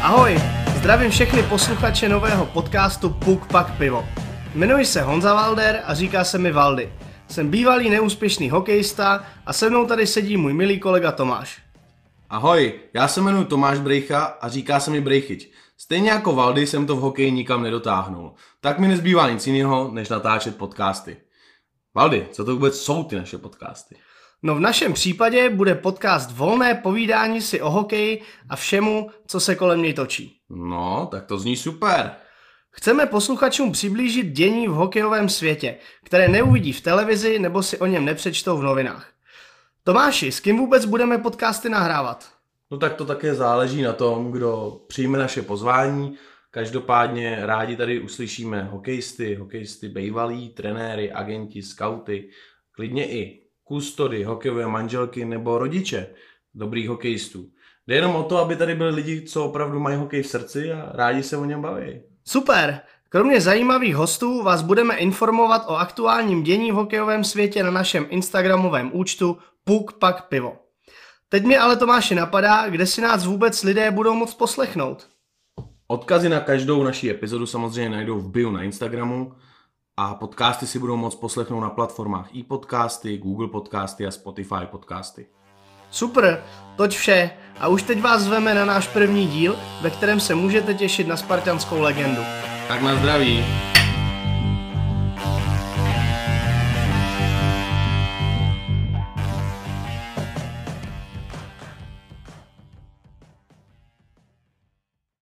Ahoj, zdravím všechny posluchače nového podcastu Puk Pak Pivo. Jmenuji se Honza Walder a říká se mi Valdy. Jsem bývalý neúspěšný hokejista a se mnou tady sedí můj milý kolega Tomáš. Ahoj, já se jmenuji Tomáš Brejcha a říká se mi Brejchyč. Stejně jako Valdy jsem to v hokeji nikam nedotáhnul. Tak mi nezbývá nic jiného, než natáčet podcasty. Valdy, co to vůbec jsou ty naše podcasty? No v našem případě bude podcast volné povídání si o hokeji a všemu, co se kolem něj točí. No, tak to zní super. Chceme posluchačům přiblížit dění v hokejovém světě, které neuvidí v televizi nebo si o něm nepřečtou v novinách. Tomáši, s kým vůbec budeme podcasty nahrávat? No tak to také záleží na tom, kdo přijme naše pozvání. Každopádně rádi tady uslyšíme hokejisty bývalí, trenéry, agenti, skauty, klidně i kustody, hokejové manželky nebo rodiče dobrých hokejistů. Jde jenom o to, aby tady byli lidi, co opravdu mají hokej v srdci a rádi se o něm baví. Super! Kromě zajímavých hostů vás budeme informovat o aktuálním dění v hokejovém světě na našem instagramovém účtu Puk Pak Pivo. Teď mě ale Tomáši napadá, kde si nás vůbec lidé budou moct poslechnout. Odkazy na každou naší epizodu samozřejmě najdou v bio na Instagramu a podcasty si budou moct poslechnout na platformách iPodcasty, Google Podcasty a Spotify Podcasty. Super, toť vše a už teď vás zveme na náš první díl, ve kterém se můžete těšit na spartanskou legendu. Tak na zdraví!